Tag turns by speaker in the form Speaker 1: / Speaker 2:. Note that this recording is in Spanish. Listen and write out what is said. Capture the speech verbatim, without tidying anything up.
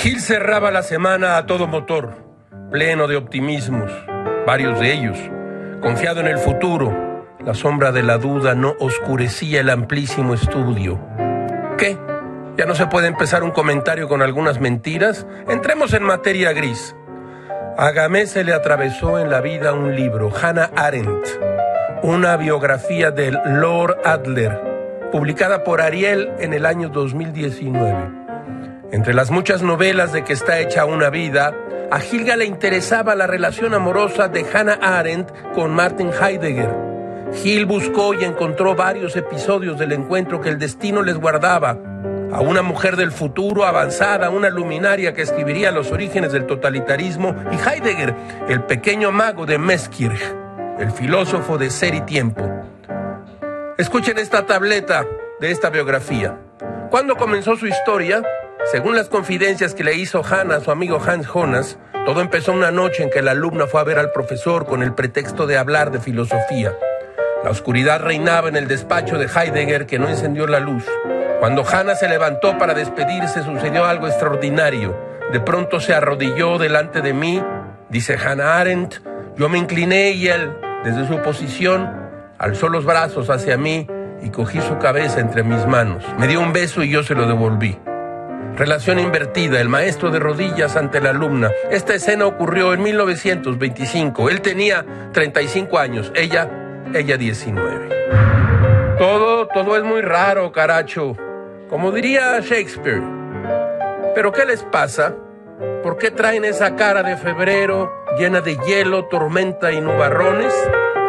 Speaker 1: Gil cerraba la semana a todo motor, pleno de optimismos, varios de ellos, confiado en el futuro. La sombra de la duda no oscurecía el amplísimo estudio. ¿Qué? ¿Ya no se puede empezar un comentario con algunas mentiras? Entremos en materia gris. A Gamés se le atravesó en la vida un libro, Hannah Arendt, una biografía del Lord Adler, publicada por Ariel en el año dos mil diecinueve. Entre las muchas novelas de que está hecha una vida, a Gilga le interesaba la relación amorosa de Hannah Arendt con Martin Heidegger. Gil buscó y encontró varios episodios del encuentro que el destino les guardaba. A una mujer del futuro avanzada, una luminaria que escribiría los orígenes del totalitarismo, y Heidegger, el pequeño mago de Meskirch, el filósofo de ser y tiempo. Escuchen esta tableta de esta biografía. ¿Cuándo comenzó su historia? Según las confidencias que le hizo Hannah a su amigo Hans Jonas, todo empezó una noche en que la alumna fue a ver al profesor con el pretexto de hablar de filosofía. La oscuridad reinaba en el despacho de Heidegger, que no encendió la luz. Cuando Hannah se levantó para despedirse, sucedió algo extraordinario. De pronto se arrodilló delante de mí, dice Hannah Arendt. Yo me incliné y él, desde su posición, alzó los brazos hacia mí y cogí su cabeza entre mis manos. Me dio un beso y yo se lo devolví. Relación invertida, el maestro de rodillas ante la alumna. Esta escena ocurrió en mil novecientos veinticinco. Él tenía treinta y cinco años, ella, ella diecinueve. Todo, todo es muy raro, caracho, como diría Shakespeare. ¿Pero qué les pasa? ¿Por qué traen esa cara de febrero llena de hielo, tormenta y nubarrones?